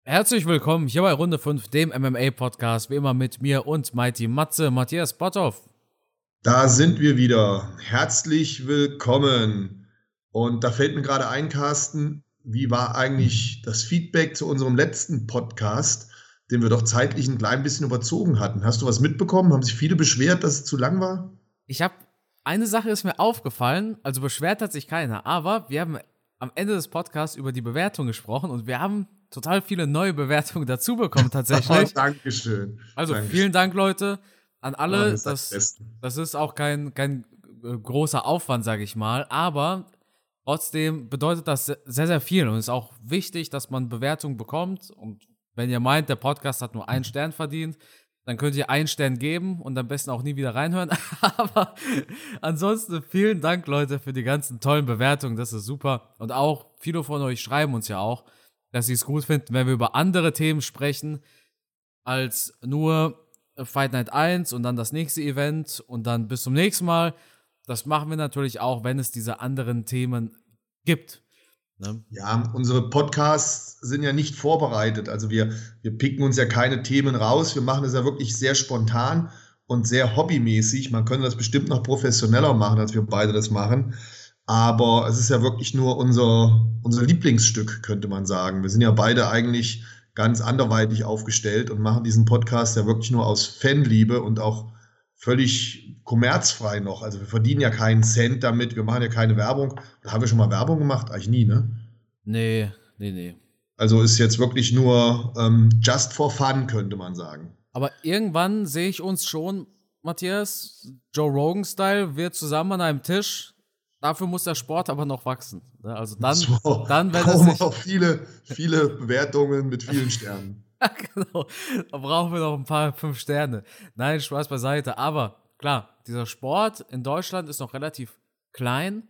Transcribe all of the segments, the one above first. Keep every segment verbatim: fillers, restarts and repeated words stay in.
Herzlich willkommen hier bei Runde fünf, dem M M A-Podcast, wie immer mit mir und Mighty Matze, Matthias Botthoff. Da sind wir wieder. Herzlich willkommen. Und da fällt mir gerade ein, Carsten, wie war eigentlich das Feedback zu unserem letzten Podcast, den wir doch zeitlich ein klein bisschen überzogen hatten? Hast du was mitbekommen? Haben sich viele beschwert, dass es zu lang war? Ich habe, eine Sache ist mir aufgefallen, also beschwert hat sich keiner, aber wir haben am Ende des Podcasts über die Bewertung gesprochen und wir haben total viele neue Bewertungen dazu bekommen tatsächlich. Dankeschön. Also Dankeschön. vielen Dank, Leute, an Ja, alle. ihr seid die Das, Besten. das ist auch kein, kein äh, großer Aufwand, sage ich mal, aber trotzdem bedeutet das se- sehr, sehr viel und es ist auch wichtig, dass man Bewertungen bekommt. Und wenn ihr meint, der Podcast hat nur einen Stern verdient, dann könnt ihr einen Stern geben und am besten auch nie wieder reinhören. Aber ansonsten vielen Dank, Leute, für die ganzen tollen Bewertungen. Das ist super. Und auch viele von euch schreiben uns ja auch, dass sie es gut finden, wenn wir über andere Themen sprechen, als nur Fight Night eins und dann das nächste Event und dann bis zum nächsten Mal. Das machen wir natürlich auch, wenn es diese anderen Themen gibt. Ne? Ja, unsere Podcasts sind ja nicht vorbereitet. Also wir, wir picken uns ja keine Themen raus. Wir machen das ja wirklich sehr spontan und sehr hobbymäßig. Man könnte das bestimmt noch professioneller machen, als wir beide das machen. Aber es ist ja wirklich nur unser, unser Lieblingsstück, könnte man sagen. Wir sind ja beide eigentlich ganz anderweitig aufgestellt und machen diesen Podcast ja wirklich nur aus Fanliebe und auch völlig kommerzfrei noch. Also wir verdienen ja keinen Cent damit. Wir machen ja keine Werbung. Da haben wir schon mal Werbung gemacht? Eigentlich nie, ne? Nee, nee, nee. Also ist jetzt wirklich nur ähm, just for fun, könnte man sagen. Aber irgendwann sehe ich uns schon, Matthias, Joe Rogan-Style, wir zusammen an einem Tisch. Dafür muss der Sport aber noch wachsen. Ne? Also dann, So, dann, wenn es brauchen wir sich. auch viele, viele Bewertungen mit vielen Sternen. Genau. Da brauchen wir noch ein paar fünf Sterne. Nein, Spaß beiseite. Aber klar, dieser Sport in Deutschland ist noch relativ klein.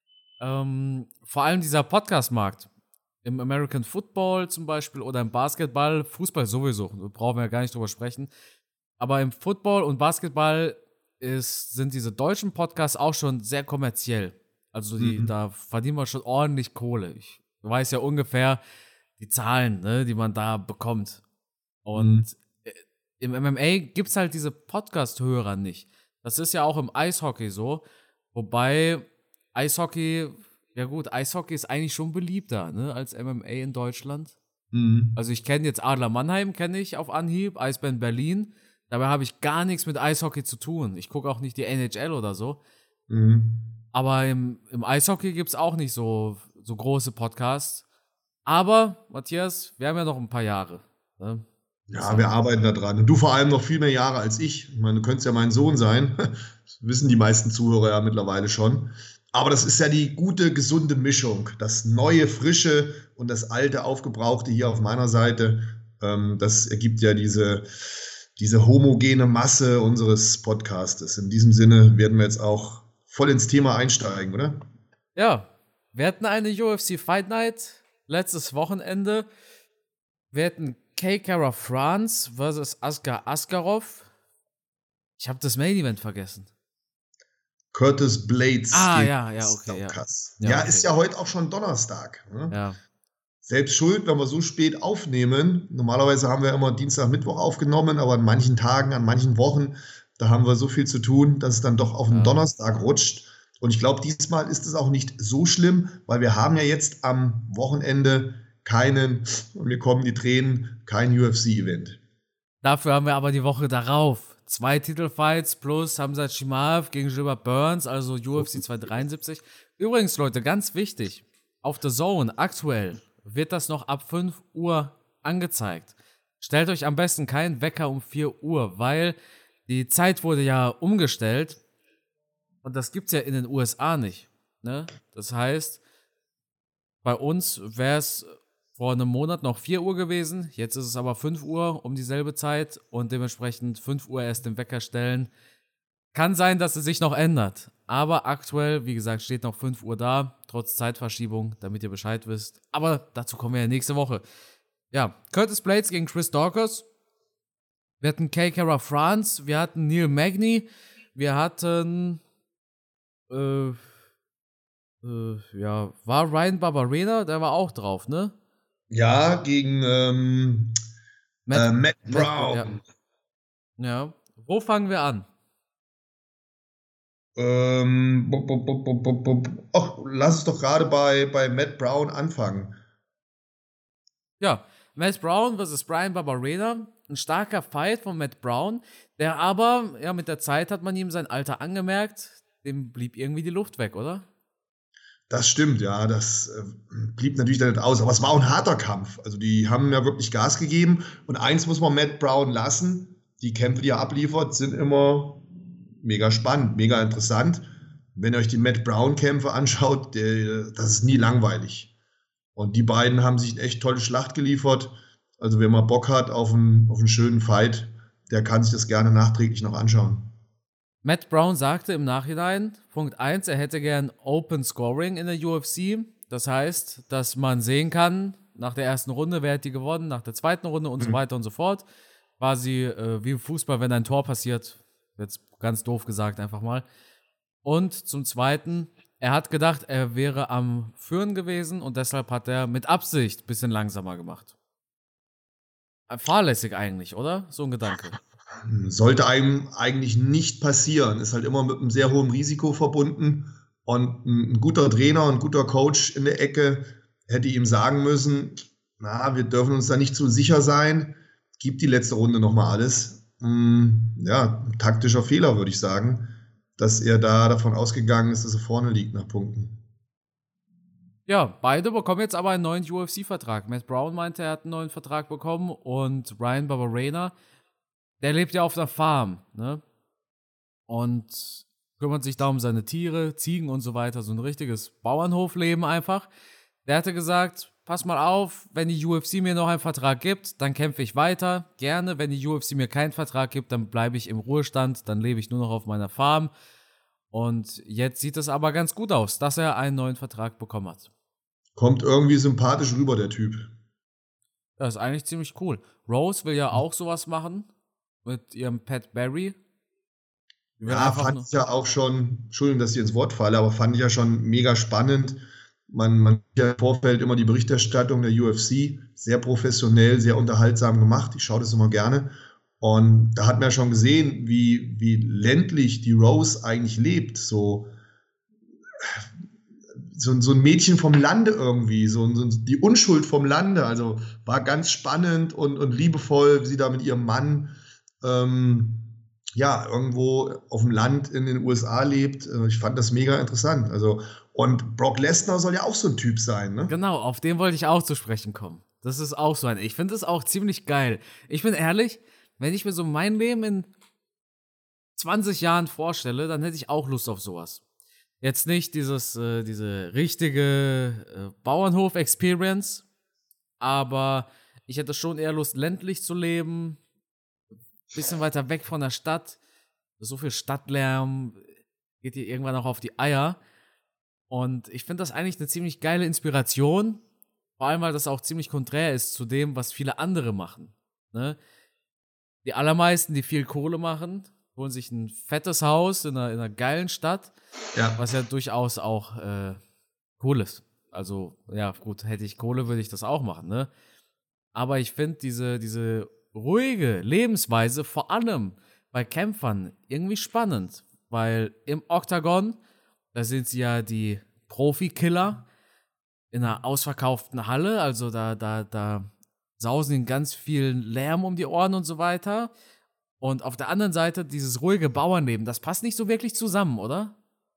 Ähm, vor allem dieser Podcast-Markt. Im American Football zum Beispiel oder im Basketball, Fußball sowieso, da brauchen wir ja gar nicht drüber sprechen. Aber im Football und Basketball ist, sind diese deutschen Podcasts auch schon sehr kommerziell. Also die, Mhm. da verdienen wir schon ordentlich Kohle. Ich weiß ja ungefähr die Zahlen, ne, die man da bekommt. Mhm. Und äh, im M M A gibt es halt diese Podcast-Hörer nicht. Das ist ja auch im Eishockey so. Wobei Eishockey, ja gut, Eishockey ist eigentlich schon beliebter, ne, als M M A in Deutschland. Mhm. Also ich kenne jetzt Adler Mannheim, kenne ich auf Anhieb, Eisbären Berlin. Dabei habe ich gar nichts mit Eishockey zu tun. Ich gucke auch nicht die N H L oder so. Mhm. Aber im, im Eishockey gibt es auch nicht so, so große Podcasts. Aber, Matthias, wir haben ja noch ein paar Jahre. Ne? Ja, wir arbeiten da dran. Und du vor allem noch viel mehr Jahre als ich. Ich meine, du könntest ja mein Sohn sein. Das wissen die meisten Zuhörer ja mittlerweile schon. Aber das ist ja die gute, gesunde Mischung. Das neue, frische und das alte, aufgebrauchte hier auf meiner Seite. Ähm, das ergibt ja diese, diese homogene Masse unseres Podcastes. In diesem Sinne werden wir jetzt auch voll ins Thema einsteigen, oder? Ja, wir hatten eine U F C Fight Night letztes Wochenende. Wir hatten K. Kara France versus Askar Askarov. Ich habe das Main Event vergessen. Curtis Blades Ah, gegen ja, ja, okay, ja. Staukas. Ja, Ja, okay. ist ja heute auch schon Donnerstag. Ne? Ja. Selbst schuld, wenn wir so spät aufnehmen. Normalerweise haben wir immer Dienstag, Mittwoch aufgenommen, aber an manchen Tagen, an manchen Wochen, da haben wir so viel zu tun, dass es dann doch auf den Ja. Donnerstag rutscht. Und ich glaube, diesmal ist es auch nicht so schlimm, weil wir haben ja jetzt am Wochenende keinen, und mir kommen die Tränen, kein U F C-Event. Dafür haben wir aber die Woche darauf zwei Titelfights plus Hamza Chimaev gegen Gilbert Burns, also U F C zweihundertdreiundsiebzig. Übrigens, Leute, ganz wichtig, auf The Zone aktuell wird das noch ab fünf Uhr angezeigt. Stellt euch am besten keinen Wecker um vier Uhr, weil die Zeit wurde ja umgestellt und das gibt's ja in den U S A nicht. Ne? Das heißt, bei uns wäre es vor einem Monat noch vier Uhr gewesen, jetzt ist es aber fünf Uhr um dieselbe Zeit und dementsprechend fünf Uhr erst den Wecker stellen. Kann sein, dass es sich noch ändert, aber aktuell, wie gesagt, steht noch fünf Uhr da, trotz Zeitverschiebung, damit ihr Bescheid wisst. Aber dazu kommen wir ja nächste Woche. Ja, Curtis Blades gegen Chris Dawkins. Wir hatten K. Kara France, wir hatten Neil Magny, wir hatten äh, äh, ja, war Ryan Barberena, der war auch drauf, ne? Ja, gegen ähm, Matt, äh, Matt Matt, ja. Brown. Ja. Wo fangen wir an? Ähm, bub, bub, bub, bub, bub, bub. Ach, lass es doch gerade bei, bei Matt Brown anfangen. Ja, Matt Brown versus Brian Barberena. Ein starker Fight von Matt Brown, der aber, ja, mit der Zeit hat man ihm sein Alter angemerkt. Dem blieb irgendwie die Luft weg, oder? Das stimmt, ja, das äh, blieb natürlich dann nicht aus, aber es war auch ein harter Kampf. Also die haben ja wirklich Gas gegeben und eins muss man Matt Brown lassen, die Kämpfe, die er abliefert, sind immer mega spannend, mega interessant. Wenn ihr euch die Matt Brown-Kämpfe anschaut, der, das ist nie langweilig. Und die beiden haben sich eine echt tolle Schlacht geliefert. Also wer mal Bock hat auf einen, auf einen schönen Fight, der kann sich das gerne nachträglich noch anschauen. Matt Brown sagte im Nachhinein, Punkt eins, er hätte gern Open Scoring in der U F C. Das heißt, dass man sehen kann, nach der ersten Runde, wer hat die gewonnen, nach der zweiten Runde und mhm. so weiter und so fort. Quasi äh, wie im Fußball, wenn ein Tor passiert, jetzt ganz doof gesagt einfach mal. Und zum Zweiten, er hat gedacht, er wäre am Führen gewesen und deshalb hat er mit Absicht ein bisschen langsamer gemacht. Fahrlässig eigentlich, oder? So ein Gedanke. Sollte einem eigentlich nicht passieren. Ist halt immer mit einem sehr hohen Risiko verbunden. Und ein guter Trainer und ein guter Coach in der Ecke hätte ihm sagen müssen, na, wir dürfen uns da nicht zu sicher sein. Gib die letzte Runde nochmal alles. Ja, ein taktischer Fehler, würde ich sagen, dass er da davon ausgegangen ist, dass er vorne liegt nach Punkten. Ja, beide bekommen jetzt aber einen neuen U F C-Vertrag. Matt Brown meinte, er hat einen neuen Vertrag bekommen und Brian Barberena, der lebt ja auf einer Farm, ne? Und kümmert sich da um seine Tiere, Ziegen und so weiter. So ein richtiges Bauernhofleben einfach. Der hatte gesagt, pass mal auf, wenn die U F C mir noch einen Vertrag gibt, dann kämpfe ich weiter. Gerne, wenn die U F C mir keinen Vertrag gibt, dann bleibe ich im Ruhestand, dann lebe ich nur noch auf meiner Farm. Und jetzt sieht es aber ganz gut aus, dass er einen neuen Vertrag bekommen hat. Kommt irgendwie sympathisch rüber, der Typ. Das ist eigentlich ziemlich cool. Rose will ja auch sowas machen mit ihrem Pat Barry. Ja, fand ich ja auch schon, Entschuldigung, dass ich ins Wort falle, aber fand ich ja schon mega spannend. Man, man hat ja im Vorfeld immer die Berichterstattung der U F C, sehr professionell, sehr unterhaltsam gemacht. Ich schaue das immer gerne. Und da hat man ja schon gesehen, wie, wie ländlich die Rose eigentlich lebt. So, so, so ein Mädchen vom Lande irgendwie, so, so die Unschuld vom Lande. Also war ganz spannend und, und liebevoll, wie sie da mit ihrem Mann ähm, ja, irgendwo auf dem Land in den U S A lebt. Ich fand das mega interessant. Also, und Brock Lesnar soll ja auch so ein Typ sein, ne? Genau, auf den wollte ich auch zu sprechen kommen. Das ist auch so ein. Ich finde das auch ziemlich geil. Ich bin ehrlich, wenn ich mir so mein Leben in zwanzig Jahren vorstelle, dann hätte ich auch Lust auf sowas. Jetzt nicht dieses, äh, diese richtige äh, Bauernhof-Experience, aber ich hätte schon eher Lust, ländlich zu leben, bisschen weiter weg von der Stadt. So viel Stadtlärm geht dir irgendwann auch auf die Eier. Und ich finde das eigentlich eine ziemlich geile Inspiration. Vor allem, weil das auch ziemlich konträr ist zu dem, was viele andere machen. Ne? Die allermeisten, die viel Kohle machen, holen sich ein fettes Haus in einer, in einer geilen Stadt, ja. Was ja durchaus auch äh, cool ist. Also, ja, gut, hätte ich Kohle, würde ich das auch machen, ne? Aber ich finde diese, diese ruhige Lebensweise, vor allem bei Kämpfern, irgendwie spannend, weil im Oktagon, da sind sie ja die Profikiller in einer ausverkauften Halle, also da, da, da sausen ihnen ganz viel Lärm um die Ohren und so weiter. Und auf der anderen Seite dieses ruhige Bauernleben, das passt nicht so wirklich zusammen, oder?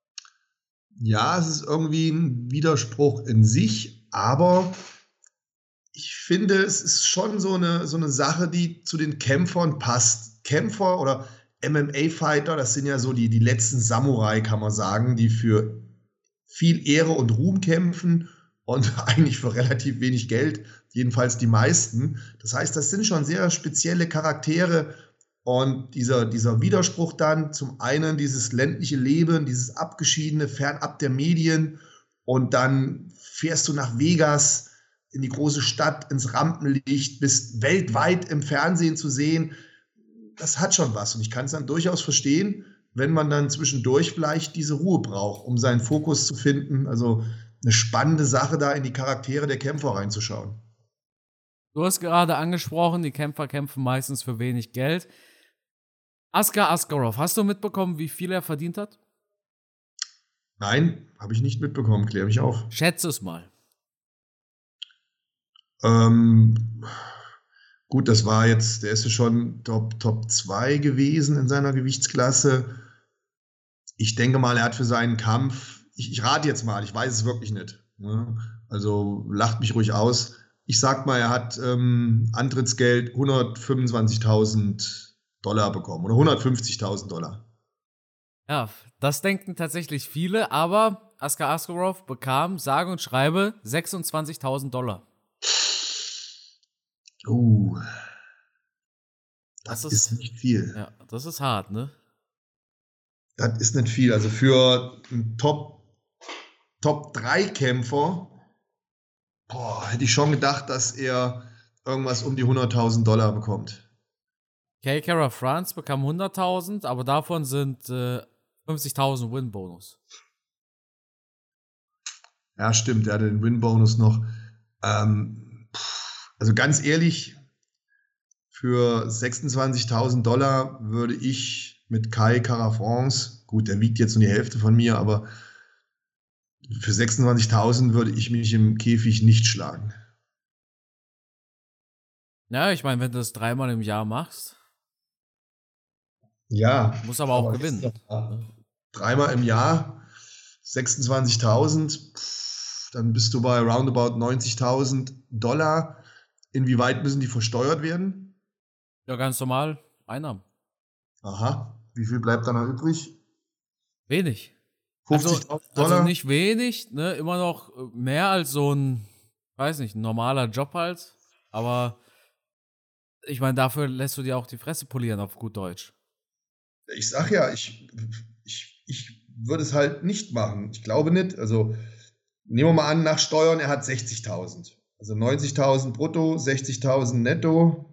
Ja, es ist irgendwie ein Widerspruch in sich, aber ich finde, es ist schon so eine, so eine Sache, die zu den Kämpfern passt. Kämpfer oder M M A-Fighter, das sind ja so die, die letzten Samurai, kann man sagen, die für viel Ehre und Ruhm kämpfen und eigentlich für relativ wenig Geld, jedenfalls die meisten. Das heißt, das sind schon sehr spezielle Charaktere und dieser, dieser Widerspruch dann, zum einen dieses ländliche Leben, dieses abgeschiedene, fernab der Medien und dann fährst du nach Vegas, in die große Stadt, ins Rampenlicht, bist weltweit im Fernsehen zu sehen, das hat schon was. Und ich kann es dann durchaus verstehen, wenn man dann zwischendurch vielleicht diese Ruhe braucht, um seinen Fokus zu finden. Also eine spannende Sache, da in die Charaktere der Kämpfer reinzuschauen. Du hast gerade angesprochen, die Kämpfer kämpfen meistens für wenig Geld. Askar Askarov, hast du mitbekommen, wie viel er verdient hat? Nein, habe ich nicht mitbekommen. Klär mich auf. Schätze es mal. Ähm, gut, das war jetzt, der ist ja schon Top, Top zwei gewesen in seiner Gewichtsklasse. Ich denke mal, er hat für seinen Kampf, ich, ich rate jetzt mal, ich weiß es wirklich nicht. Ne? Also lacht mich ruhig aus. Ich sag mal, er hat ähm, Antrittsgeld hundertfünfundzwanzigtausend Dollar bekommen oder hundertfünfzigtausend Dollar. Ja, das denken tatsächlich viele, aber Askar Askarov bekam, sage und schreibe, sechsundzwanzigtausend Dollar. Oh, das, Das ist, ist nicht viel. Ja, das ist hart, ne? Das ist nicht viel. Also für einen Top, Top drei Kämpfer boah, hätte ich schon gedacht, dass er irgendwas um die hunderttausend Dollar bekommt. K. Kara France bekam hunderttausend, aber davon sind äh, fünfzigtausend Win-Bonus. Ja, stimmt, er hatte den Win-Bonus noch. Ähm, pff, also ganz ehrlich, für sechsundzwanzigtausend Dollar würde ich mit Kai Kara France, gut, der wiegt jetzt nur die Hälfte von mir, aber für sechsundzwanzigtausend würde ich mich im Käfig nicht schlagen. Ja, ich meine, wenn du das dreimal im Jahr machst, ja, muss aber auch aber gewinnen. Dreimal im Jahr, sechsundzwanzigtausend, pff, dann bist du bei roundabout neunzigtausend Dollar. Inwieweit müssen die versteuert werden? Ja, ganz normal, Einnahmen. Aha, wie viel bleibt da noch übrig? Wenig. fünfzigtausend Also, Dollar? also nicht wenig, ne? Immer noch mehr als so ein, weiß nicht, ein normaler Job halt. Aber ich meine, dafür lässt du dir auch die Fresse polieren, auf gut Deutsch. Ich sag ja, ich, ich, ich würde es halt nicht machen. Ich glaube nicht. Also nehmen wir mal an, nach Steuern, er hat sechzigtausend. Also neunzigtausend brutto, sechzigtausend netto.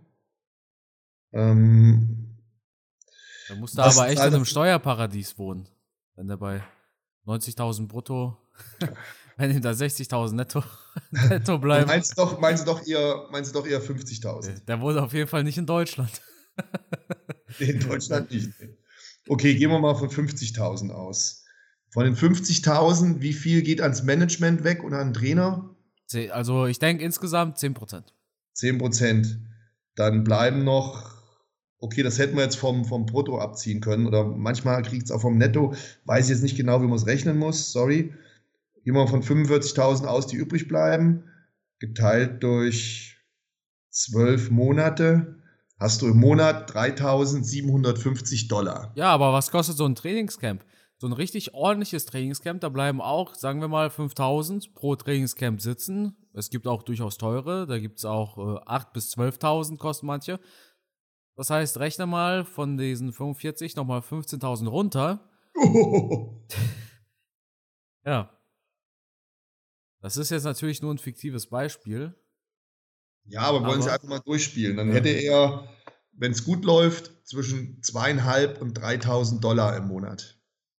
Ähm, Da musst du aber echt in einem Steuerparadies wohnen, wenn der bei neunzigtausend brutto, wenn ihm da sechzigtausend netto, netto bleibt. Meinst du doch, meinst du doch eher, meinst du doch eher fünfzigtausend? Der wohnt auf jeden Fall nicht in Deutschland. In Deutschland nicht. Okay, gehen wir mal von fünfzigtausend aus. Von den fünfzigtausend, wie viel geht ans Management weg und an den Trainer? Also ich denke insgesamt zehn Prozent. zehn Prozent. Dann bleiben noch, okay, das hätten wir jetzt vom, vom Brutto abziehen können oder manchmal kriegt es auch vom Netto. Weiß ich jetzt nicht genau, wie man es rechnen muss, sorry. Gehen wir von fünfundvierzigtausend aus, die übrig bleiben, geteilt durch zwölf Monate, hast du im Monat dreitausendsiebenhundertfünfzig Dollar. Ja, aber was kostet so ein Trainingscamp? So ein richtig ordentliches Trainingscamp, da bleiben auch, sagen wir mal, fünftausend pro Trainingscamp sitzen. Es gibt auch durchaus teure, da gibt es auch äh, achttausend bis zwölftausend kosten manche. Das heißt, rechne mal von diesen fünfundvierzig nochmal fünfzehntausend runter. Oh. Ja. Das ist jetzt natürlich nur ein fiktives Beispiel. Ja, aber wollen Aber- Sie einfach mal durchspielen. Dann Ja. hätte er, wenn es gut läuft, zwischen zweieinhalb und dreitausend Dollar im Monat.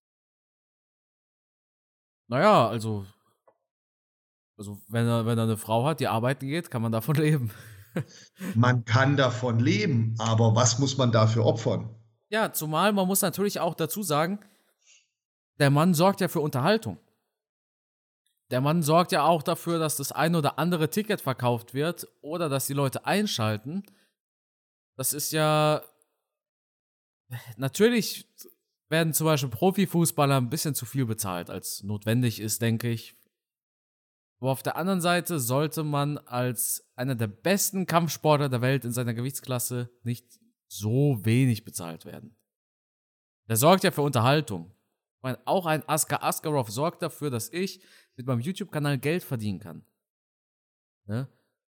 Naja, also, also wenn er, wenn er eine Frau hat, die arbeiten geht, kann man davon leben. Man kann davon leben, aber was muss man dafür opfern? Ja, zumal man muss natürlich auch dazu sagen, der Mann sorgt ja für Unterhaltung. Der Mann sorgt ja auch dafür, dass das ein oder andere Ticket verkauft wird oder dass die Leute einschalten. Das ist ja. Natürlich werden zum Beispiel Profifußballer ein bisschen zu viel bezahlt, als notwendig ist, denke ich. Aber auf der anderen Seite sollte man als einer der besten Kampfsportler der Welt in seiner Gewichtsklasse nicht so wenig bezahlt werden. Der sorgt ja für Unterhaltung. Ich meine, auch ein Askar Askarov sorgt dafür, dass ich mit meinem YouTube-Kanal Geld verdienen kann. Ne?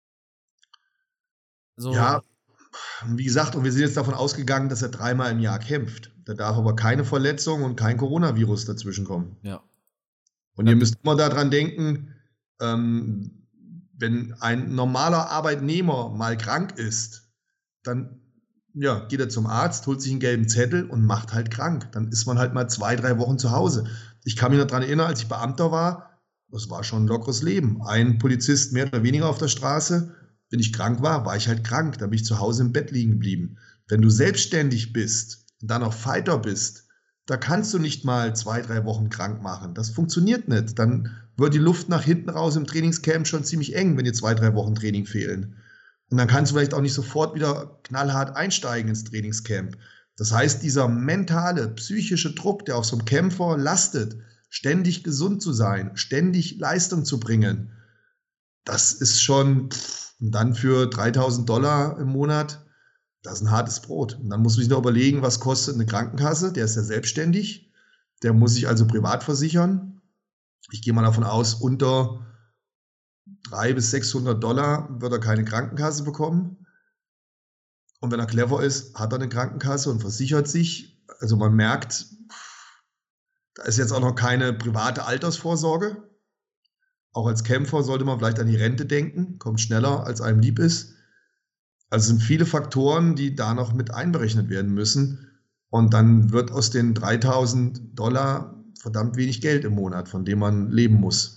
So, Ja, wie gesagt, und wir sind jetzt davon ausgegangen, dass er dreimal im Jahr kämpft. Da darf aber keine Verletzung und kein Coronavirus dazwischen kommen. ja. Und ihr müsst immer daran denken, ähm, wenn ein normaler Arbeitnehmer mal krank ist, dann ja, geht er zum Arzt, holt sich einen gelben Zettel und macht halt krank. Dann ist man halt mal zwei, drei Wochen zu Hause. Ich kann mich noch daran erinnern, als ich Beamter war, das war schon ein lockeres Leben. Ein Polizist mehr oder weniger auf der Straße Wenn ich krank war, war ich halt krank. Da bin ich zu Hause im Bett liegen geblieben. Wenn du selbstständig bist und dann auch Fighter bist, da kannst du nicht mal zwei, drei Wochen krank machen. Das funktioniert nicht. Dann wird die Luft nach hinten raus im Trainingscamp schon ziemlich eng, wenn dir zwei, drei Wochen Training fehlen. Und dann kannst du vielleicht auch nicht sofort wieder knallhart einsteigen ins Trainingscamp. Das heißt, dieser mentale, psychische Druck, der auf so einem Kämpfer lastet, ständig gesund zu sein, ständig Leistung zu bringen, das ist schon, pff, und dann für dreitausend Dollar im Monat, das ist ein hartes Brot. Und dann muss man sich noch überlegen, was kostet eine Krankenkasse, der ist ja selbstständig, der muss sich also privat versichern. Ich gehe mal davon aus, unter dreihundert bis sechshundert Dollar wird er keine Krankenkasse bekommen. Und wenn er clever ist, hat er eine Krankenkasse und versichert sich. Also man merkt, da ist jetzt auch noch keine private Altersvorsorge. Auch als Kämpfer sollte man vielleicht an die Rente denken, kommt schneller, als einem lieb ist. Also es sind viele Faktoren, die da noch mit einberechnet werden müssen. Und dann wird aus den dreitausend Dollar verdammt wenig Geld im Monat, von dem man leben muss.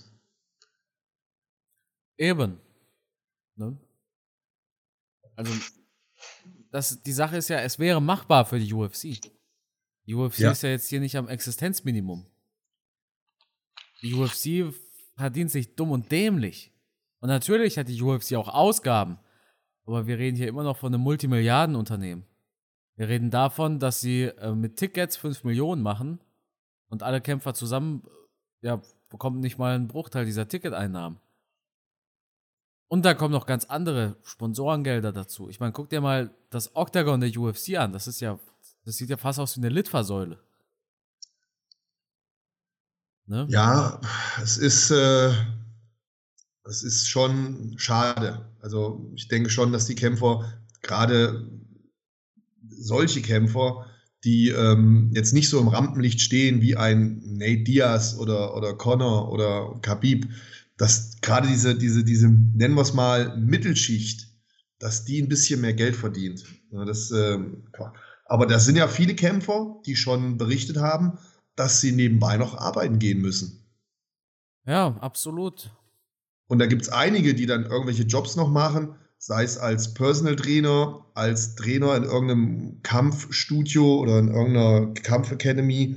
Eben. Ne? Also, das, die Sache ist ja, es wäre machbar für die U F C. Die U F C ja. ist ja jetzt hier nicht am Existenzminimum. Die U F C verdient sich dumm und dämlich. Und natürlich hat die U F C auch Ausgaben. Aber wir reden hier immer noch von einem Multimilliardenunternehmen. Wir reden davon, dass sie äh, mit Tickets fünf Millionen machen und alle Kämpfer zusammen, ja, bekommen nicht mal einen Bruchteil dieser Ticketeinnahmen. Und da kommen noch ganz andere Sponsorengelder dazu. Ich meine, guck dir mal das Octagon der U F C an. Das ist ja, das sieht ja fast aus wie eine Litfaßsäule. Ne? Ja, es ist, äh, es ist schon schade. Also ich denke schon, dass die Kämpfer, gerade solche Kämpfer, die ähm, jetzt nicht so im Rampenlicht stehen wie ein Nate Diaz oder, oder Conor oder Khabib, dass gerade diese, diese, diese, nennen wir es mal, Mittelschicht, dass die ein bisschen mehr Geld verdient. Ja, das, ähm, aber da sind ja viele Kämpfer, die schon berichtet haben, dass sie nebenbei noch arbeiten gehen müssen. Ja, absolut. Und da gibt es einige, die dann irgendwelche Jobs noch machen, sei es als Personal Trainer, als Trainer in irgendeinem Kampfstudio oder in irgendeiner Kampfacademy.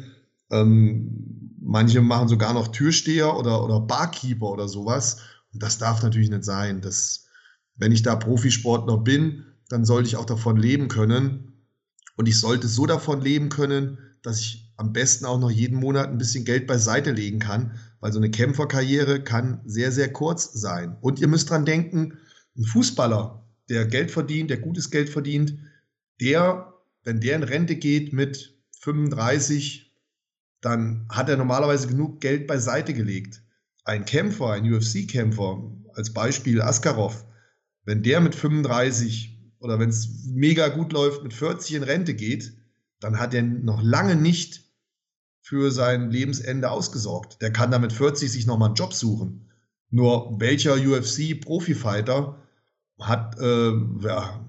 Ähm, manche machen sogar noch Türsteher oder, oder Barkeeper oder sowas. Und das darf natürlich nicht sein. Das, wenn ich da Profisportler bin, dann sollte ich auch davon leben können. Und ich sollte so davon leben können, dass ich am besten auch noch jeden Monat ein bisschen Geld beiseite legen kann, weil so eine Kämpferkarriere kann sehr, sehr kurz sein. Und ihr müsst dran denken, ein Fußballer, der Geld verdient, der gutes Geld verdient, der, wenn der in Rente geht mit fünfunddreißig, dann hat er normalerweise genug Geld beiseite gelegt. Ein Kämpfer, ein U F C-Kämpfer, als Beispiel Askarov, wenn der mit fünfunddreißig oder wenn es mega gut läuft, mit vierzig in Rente geht, dann hat er noch lange nicht für sein Lebensende ausgesorgt. Der kann da mit vierzig sich nochmal einen Job suchen. Nur welcher U F C-Profifighter hat äh, ja,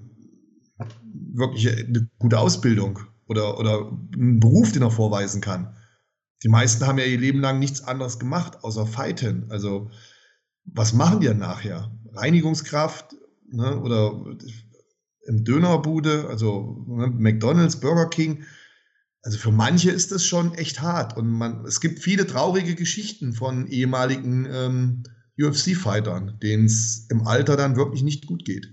wirklich eine gute Ausbildung oder, oder einen Beruf, den er vorweisen kann? Die meisten haben ja ihr Leben lang nichts anderes gemacht, außer fighten. Also was machen die dann nachher? Reinigungskraft, ne, oder im Dönerbude, also ne, McDonald's, Burger King. Also für manche ist das schon echt hart. Und man, es gibt viele traurige Geschichten von ehemaligen ähm, U F C-Fightern, denen es im Alter dann wirklich nicht gut geht.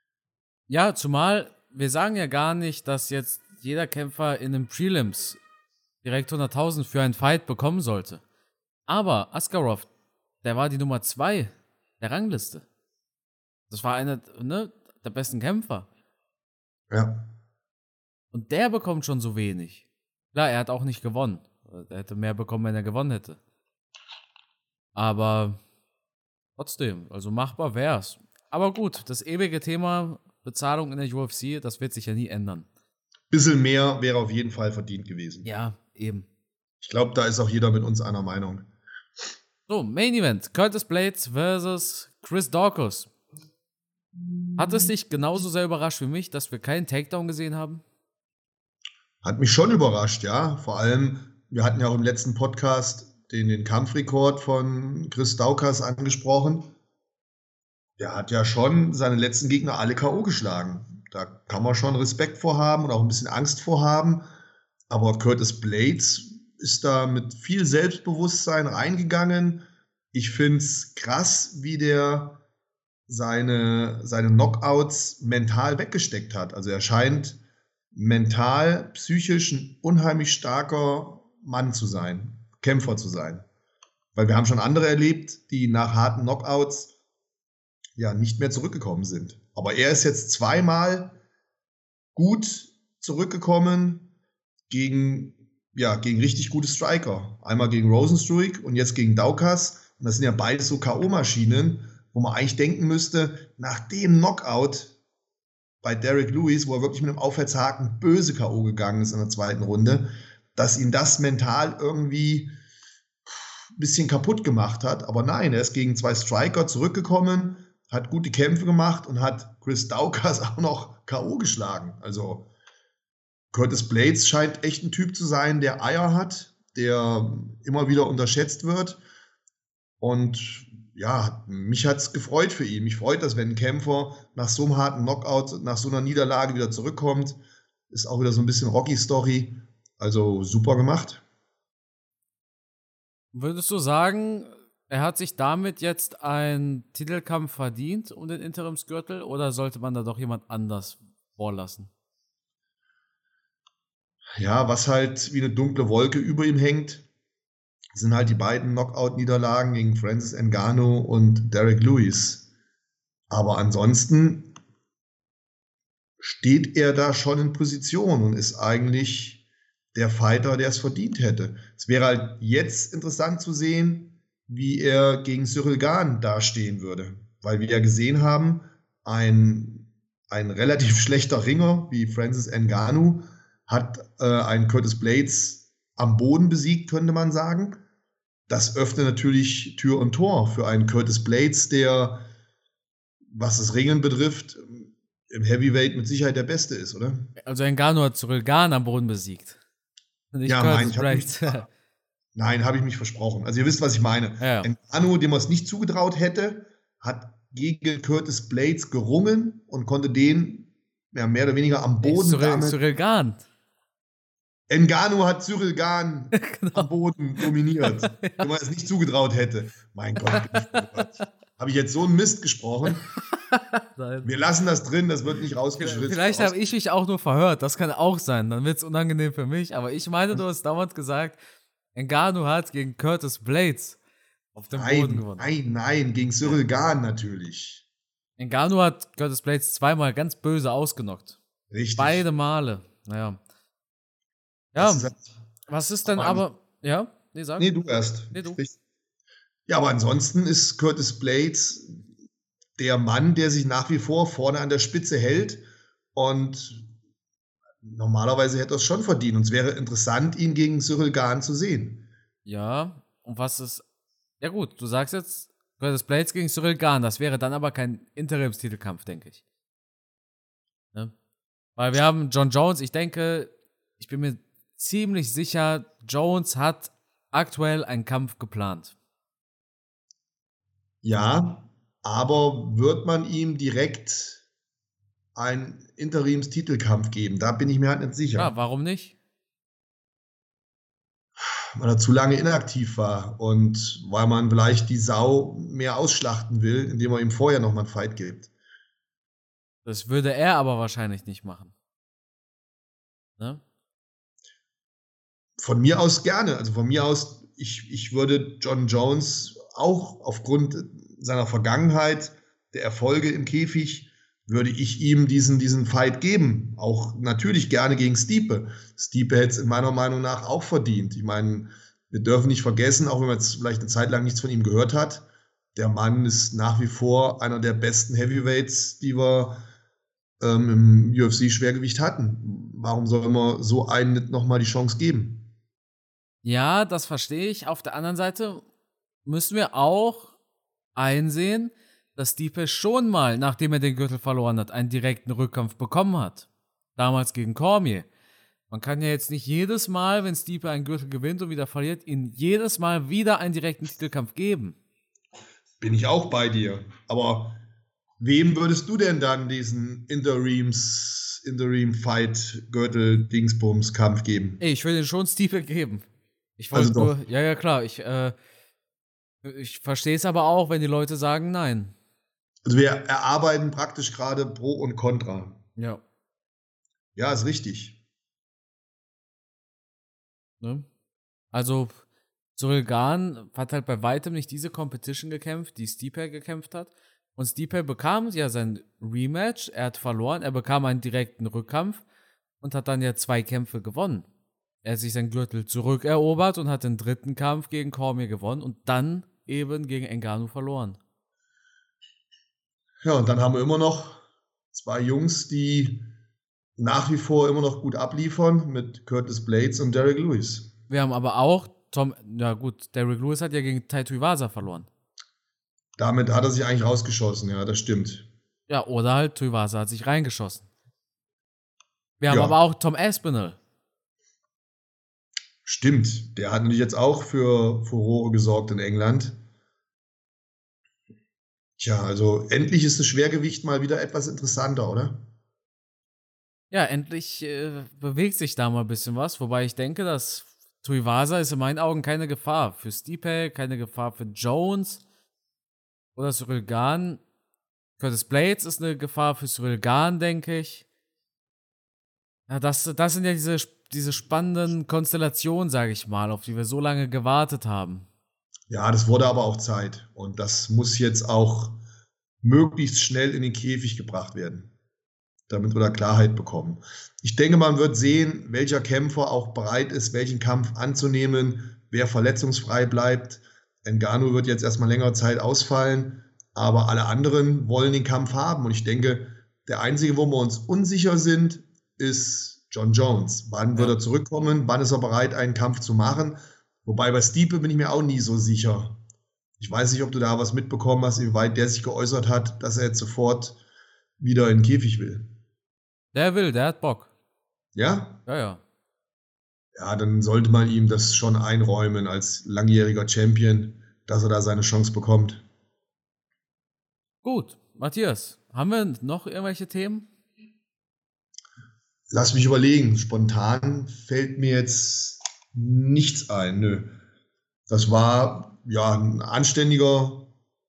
Ja, zumal wir sagen ja gar nicht, dass jetzt jeder Kämpfer in den Prelims direkt hunderttausend für einen Fight bekommen sollte. Aber Askarov, der war die Nummer zwei der Rangliste. Das war einer, ne, der besten Kämpfer. Ja. Und der bekommt schon so wenig. Klar, er hat auch nicht gewonnen. Er hätte mehr bekommen, wenn er gewonnen hätte. Aber trotzdem, also machbar wär's. Aber gut, das ewige Thema Bezahlung in der U F C, das wird sich ja nie ändern. Bisschen mehr wäre auf jeden Fall verdient gewesen. Ja, eben. Ich glaube, da ist auch jeder mit uns einer Meinung. So, Main Event. Curtis Blades versus Chris Daukaus. Hat es dich genauso sehr überrascht wie mich, dass wir keinen Takedown gesehen haben? Hat mich schon überrascht, ja. Vor allem, wir hatten ja auch im letzten Podcast den, den Kampfrekord von Chris Daukaus angesprochen. Der hat ja schon seine letzten Gegner alle K O geschlagen. Da kann man schon Respekt vor haben und auch ein bisschen Angst vor haben. Aber Curtis Blades ist da mit viel Selbstbewusstsein reingegangen. Ich finde es krass, wie der seine, seine Knockouts mental weggesteckt hat. Also er scheint mental, psychisch ein unheimlich starker Mann zu sein, Kämpfer zu sein. Weil wir haben schon andere erlebt, die nach harten Knockouts ja nicht mehr zurückgekommen sind. Aber er ist jetzt zweimal gut zurückgekommen gegen, ja, gegen richtig gute Striker. Einmal gegen Rozenstruik und jetzt gegen Daukaus. Und das sind ja beides so K O-Maschinen, wo man eigentlich denken müsste, nach dem Knockout bei Derek Lewis, wo er wirklich mit einem Aufwärtshaken böse K O gegangen ist in der zweiten Runde, dass ihn das mental irgendwie ein bisschen kaputt gemacht hat. Aber nein, er ist gegen zwei Striker zurückgekommen, hat gute Kämpfe gemacht und hat Chris Daukaus auch noch K O geschlagen. Also Curtis Blades scheint echt ein Typ zu sein, der Eier hat, der immer wieder unterschätzt wird. Und ja, mich hat es gefreut für ihn. Mich freut das, wenn ein Kämpfer nach so einem harten Knockout, nach so einer Niederlage wieder zurückkommt. Ist auch wieder so ein bisschen Rocky-Story. Also super gemacht. Würdest du sagen, er hat sich damit jetzt einen Titelkampf verdient um den Interimsgürtel oder sollte man da doch jemand anders vorlassen? Ja, was halt wie eine dunkle Wolke über ihm hängt, sind halt die beiden Knockout-Niederlagen gegen Francis Ngannou und Derek Lewis. Aber ansonsten steht er da schon in Position und ist eigentlich der Fighter, der es verdient hätte. Es wäre halt jetzt interessant zu sehen, wie er gegen Cyril Gane dastehen würde. Weil wir ja gesehen haben, ein, ein relativ schlechter Ringer wie Francis Ngannou hat äh, einen Curtis Blades am Boden besiegt, könnte man sagen. Das öffnet natürlich Tür und Tor für einen Curtis Blades, der, was das Ringen betrifft, im Heavyweight mit Sicherheit der Beste ist, oder? Also Ngannou hat Cyril Gane am Boden besiegt. Nicht ja, nein, ich hab mich, nein, habe ich mich versprochen. Also ihr wisst, was ich meine. Ja, ja. Ngannou, dem man es nicht zugetraut hätte, hat gegen Curtis Blades gerungen und konnte den ja, mehr oder weniger am Boden Cyril, damit... Cyril Gane. Ngannou hat Cyril Gane genau. am Boden dominiert, ja. Wenn man es nicht zugetraut hätte. Mein Gott, habe ich jetzt so einen Mist gesprochen? Nein. Wir lassen das drin, das wird nicht rausgeschnitten. Vielleicht habe ich mich auch nur verhört, das kann auch sein, dann wird es unangenehm für mich. Aber ich meine, du hast damals gesagt, Ngannou hat gegen Curtis Blades auf dem nein, Boden gewonnen. Nein, nein, gegen Cyril Gane natürlich. Ngannou hat Curtis Blades zweimal ganz böse ausgenockt. Richtig. Beide Male, naja. Ja, ist halt, was ist denn aber, aber ja? Nee, sag. Nee, du erst. Nee, du. Ja, aber ansonsten ist Curtis Blades der Mann, der sich nach wie vor vorne an der Spitze hält und normalerweise hätte er es schon verdient und es wäre interessant, ihn gegen Cyril Gane zu sehen. Ja, und was ist, ja gut, du sagst jetzt Curtis Blades gegen Cyril Gane, das wäre dann aber kein Interimstitelkampf, denke ich. Ne? Weil wir haben John Jones, ich denke, ich bin mir ziemlich sicher, Jones hat aktuell einen Kampf geplant. Ja, aber wird man ihm direkt einen Interimstitelkampf geben? Da bin ich mir halt nicht sicher. Ja, warum nicht? Weil er zu lange inaktiv war und weil man vielleicht die Sau mehr ausschlachten will, indem man ihm vorher nochmal einen Fight gibt. Das würde er aber wahrscheinlich nicht machen. Ne? Von mir aus gerne. Also von mir aus, ich, ich würde John Jones auch aufgrund seiner Vergangenheit, der Erfolge im Käfig, würde ich ihm diesen, diesen Fight geben. Auch natürlich gerne gegen Stipe. Stipe hätte es in meiner Meinung nach auch verdient. Ich meine, wir dürfen nicht vergessen, auch wenn man jetzt vielleicht eine Zeit lang nichts von ihm gehört hat, der Mann ist nach wie vor einer der besten Heavyweights, die wir ähm, im U F C-Schwergewicht hatten. Warum soll man so einen nicht nochmal die Chance geben? Ja, das verstehe ich. Auf der anderen Seite müssen wir auch einsehen, dass Stipe schon mal, nachdem er den Gürtel verloren hat, einen direkten Rückkampf bekommen hat. Damals gegen Cormier. Man kann ja jetzt nicht jedes Mal, wenn Stipe einen Gürtel gewinnt und wieder verliert, ihm jedes Mal wieder einen direkten Titelkampf geben. Bin ich auch bei dir. Aber Wem würdest du denn dann diesen Interims, Interim-Fight-Gürtel-Dingsbums-Kampf geben? Ey, ich will den schon Stipe geben. Ich Also wollte doch. nur, ja, ja, klar, ich, äh, ich verstehe es aber auch, wenn die Leute sagen nein. Also wir erarbeiten praktisch gerade Pro und Contra. Ja. Ja, ist richtig. Ne? Also, Ciryl Gane hat halt bei weitem nicht diese Competition gekämpft, die Stipe gekämpft hat. Und Stipe bekam ja sein Rematch, er hat verloren, er bekam einen direkten Rückkampf und hat dann ja zwei Kämpfe gewonnen. Er hat sich seinen Gürtel zurückerobert und hat den dritten Kampf gegen Cormier gewonnen und dann eben gegen Ngannou verloren. Ja, und dann haben wir immer noch zwei Jungs, die nach wie vor immer noch gut abliefern mit Curtis Blades und Derek Lewis. Wir haben aber auch Tom, ja gut, Derek Lewis hat ja gegen Tai Tuivasa verloren. Damit hat er sich eigentlich rausgeschossen, ja, das stimmt. Ja, oder halt Tuivasa hat sich reingeschossen. Wir haben Ja. aber auch Tom Aspinall. Stimmt, der hat natürlich jetzt auch für Furore gesorgt in England. Tja, also endlich ist das Schwergewicht mal wieder etwas interessanter, oder? Ja, endlich äh, bewegt sich da mal ein bisschen was, wobei ich denke, dass Tuivasa ist in meinen Augen keine Gefahr für Stipe, keine Gefahr für Jones oder Ciryl Gane. Curtis Blades ist eine Gefahr für Ciryl Gane, denke ich. Ja, das, das sind ja diese, diese spannenden Konstellationen, sage ich mal, auf die wir so lange gewartet haben. Ja, das wurde aber auch Zeit. Und das muss jetzt auch möglichst schnell in den Käfig gebracht werden, damit wir da Klarheit bekommen. Ich denke, man wird sehen, welcher Kämpfer auch bereit ist, welchen Kampf anzunehmen, wer verletzungsfrei bleibt. Ngannou wird jetzt erstmal längere Zeit ausfallen, aber alle anderen wollen den Kampf haben. Und ich denke, der einzige, wo wir uns unsicher sind, ist John Jones. Wann wird Ja. er zurückkommen? Wann ist er bereit, einen Kampf zu machen? Wobei bei Stipe bin ich mir auch nie so sicher. Ich weiß nicht, ob du da was mitbekommen hast, wie weit der sich geäußert hat, dass er jetzt sofort wieder in den Käfig will. Der will, der hat Bock. Ja? Ja, ja. Ja, dann sollte man ihm das schon einräumen als langjähriger Champion, dass er da seine Chance bekommt. Gut, Matthias, haben wir noch irgendwelche Themen? Lass mich überlegen. Spontan fällt mir jetzt nichts ein. Nö. Das war ja ein anständiger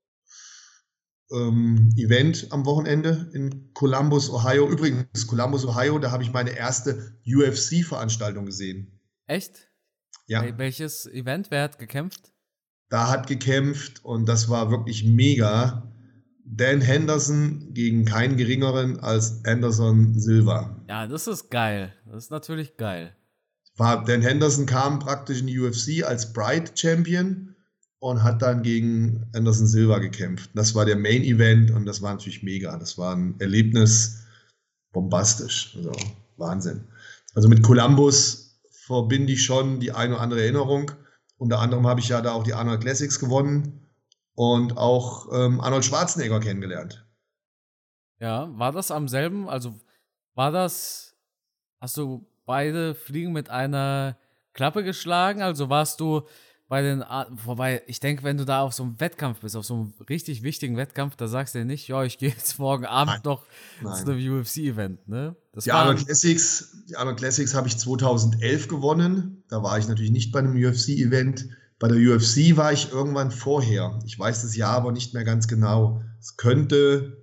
ähm, Event am Wochenende in Columbus, Ohio. Übrigens, Columbus, Ohio, da habe ich meine erste U F C-Veranstaltung gesehen. Echt? Ja, Wel- Welches Event? Wer hat gekämpft? da hat gekämpft und das war wirklich mega. Dan Henderson gegen keinen geringeren als Anderson Silva. Ja, das ist geil. Das ist natürlich geil. War, Dan Henderson kam praktisch in die U F C als Pride Champion und hat dann gegen Anderson Silva gekämpft. Das war der Main Event und das war natürlich mega. Das war ein Erlebnis bombastisch. Also Wahnsinn. Also mit Columbus verbinde ich schon die eine oder andere Erinnerung. Unter anderem habe ich ja da auch die Arnold Classics gewonnen und auch ähm, Arnold Schwarzenegger kennengelernt. Ja, war das am selben, also war das, hast du beide Fliegen mit einer Klappe geschlagen? Also warst du bei den, A- wobei, ich denke, wenn du da auf so einem Wettkampf bist, auf so einem richtig wichtigen Wettkampf, da sagst du dir nicht, ja, ich gehe jetzt morgen Abend Nein. noch Nein. zu einem U F C-Event, ne? Das Die war, Arnold Classics, die Arnold Classics habe ich zweitausendelf gewonnen. Da war ich natürlich nicht bei einem U F C-Event. Bei der U F C war ich irgendwann vorher. Ich weiß das Jahr aber nicht mehr ganz genau. Es könnte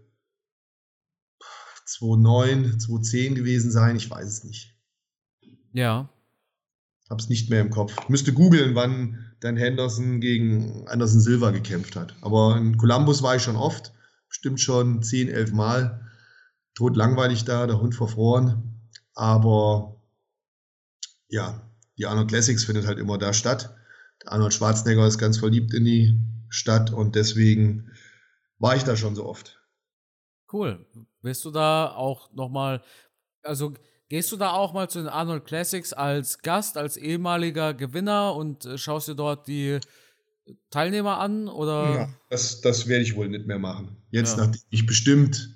zweitausendneun, zweitausendzehn gewesen sein. Ich weiß es nicht. ja, Habe es nicht mehr im Kopf. Ich müsste googeln, wann Dan Henderson gegen Anderson Silva gekämpft hat. Aber in Columbus war ich schon oft. Bestimmt schon zehn, elf Mal. Tot langweilig da, der Hund verfroren. Aber ja, die Arnold Classics findet halt immer da statt. Der Arnold Schwarzenegger ist ganz verliebt in die Stadt und deswegen war ich da schon so oft. cool. Wirst du da auch nochmal, also gehst du da auch mal zu den Arnold Classics als Gast, als ehemaliger Gewinner und äh, schaust dir dort die Teilnehmer an? Oder? Ja, das, das werde ich wohl nicht mehr machen. Jetzt, Ja. nachdem ich bestimmt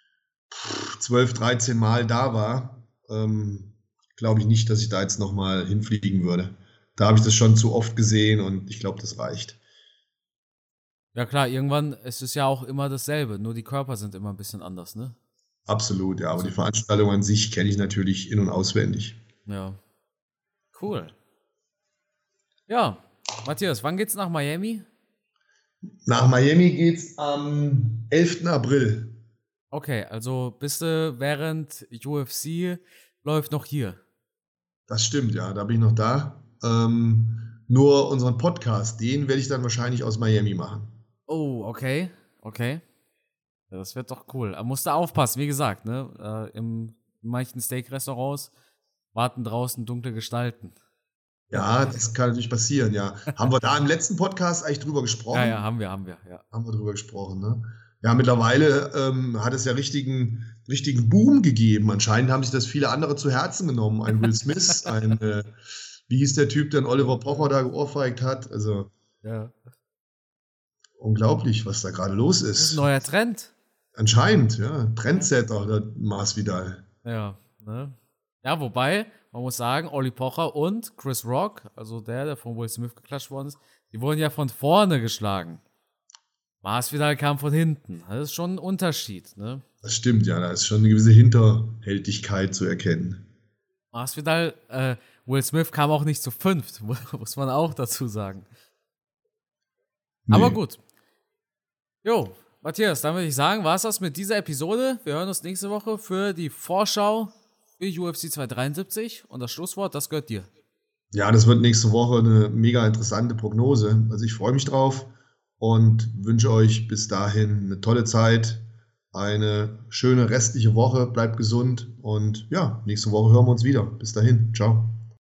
zwölf, dreizehn Mal da war, ähm, glaube ich nicht, dass ich da jetzt nochmal hinfliegen würde. Da habe ich das schon zu oft gesehen und ich glaube, das reicht. Ja klar, irgendwann, es ist ja auch immer dasselbe, nur die Körper sind immer ein bisschen anders, ne? Absolut, ja. Aber die Veranstaltung an sich kenne ich natürlich in- und auswendig. Ja. Cool. Ja, Matthias, wann geht's nach Miami? Nach Miami geht's am elften April. Okay, also bist du während U F C läuft noch hier. Das stimmt, ja, da bin ich noch da. Ähm, nur unseren Podcast, den werde ich dann wahrscheinlich aus Miami machen. Oh, okay, okay. Ja, das wird doch cool. Aber musst du aufpassen, wie gesagt, ne? Äh, im, in manchen Steak-Restaurants warten draußen dunkle Gestalten. Ja, das kann natürlich passieren, ja. Haben wir da im letzten Podcast eigentlich drüber gesprochen? Ja, ja, haben wir, haben wir, ja. Haben wir drüber gesprochen, ne? Ja, mittlerweile ähm, hat es ja richtigen, richtigen Boom gegeben. Anscheinend haben sich das viele andere zu Herzen genommen. Ein Will Smith, ein, äh, wie hieß der Typ, der Oliver Pocher da geohrfeigt hat? Also Ja. unglaublich, was da gerade los ist. Das ist ein neuer Trend. Anscheinend, ja. Trendsetter, der Masvidal. Ja, ne? Ja, wobei, man muss sagen, Olli Pocher und Chris Rock, also der, der von Will Smith geklatscht worden ist, die wurden ja von vorne geschlagen. Masvidal kam von hinten. Das ist schon ein Unterschied, ne? Das stimmt, ja. Da ist schon eine gewisse Hinterhältigkeit zu erkennen. Masvidal, äh, Will Smith kam auch nicht zu fünft, muss man auch dazu sagen. Nee. Aber gut. Jo, Matthias, dann würde ich sagen, war es das mit dieser Episode. Wir hören uns nächste Woche für die Vorschau für U F C zweihundertdreiundsiebzig. Und das Schlusswort, das gehört dir. Ja, das wird nächste Woche eine mega interessante Prognose. Also ich freue mich drauf und wünsche euch bis dahin eine tolle Zeit, eine schöne restliche Woche, bleibt gesund und ja, nächste Woche hören wir uns wieder. Bis dahin, ciao.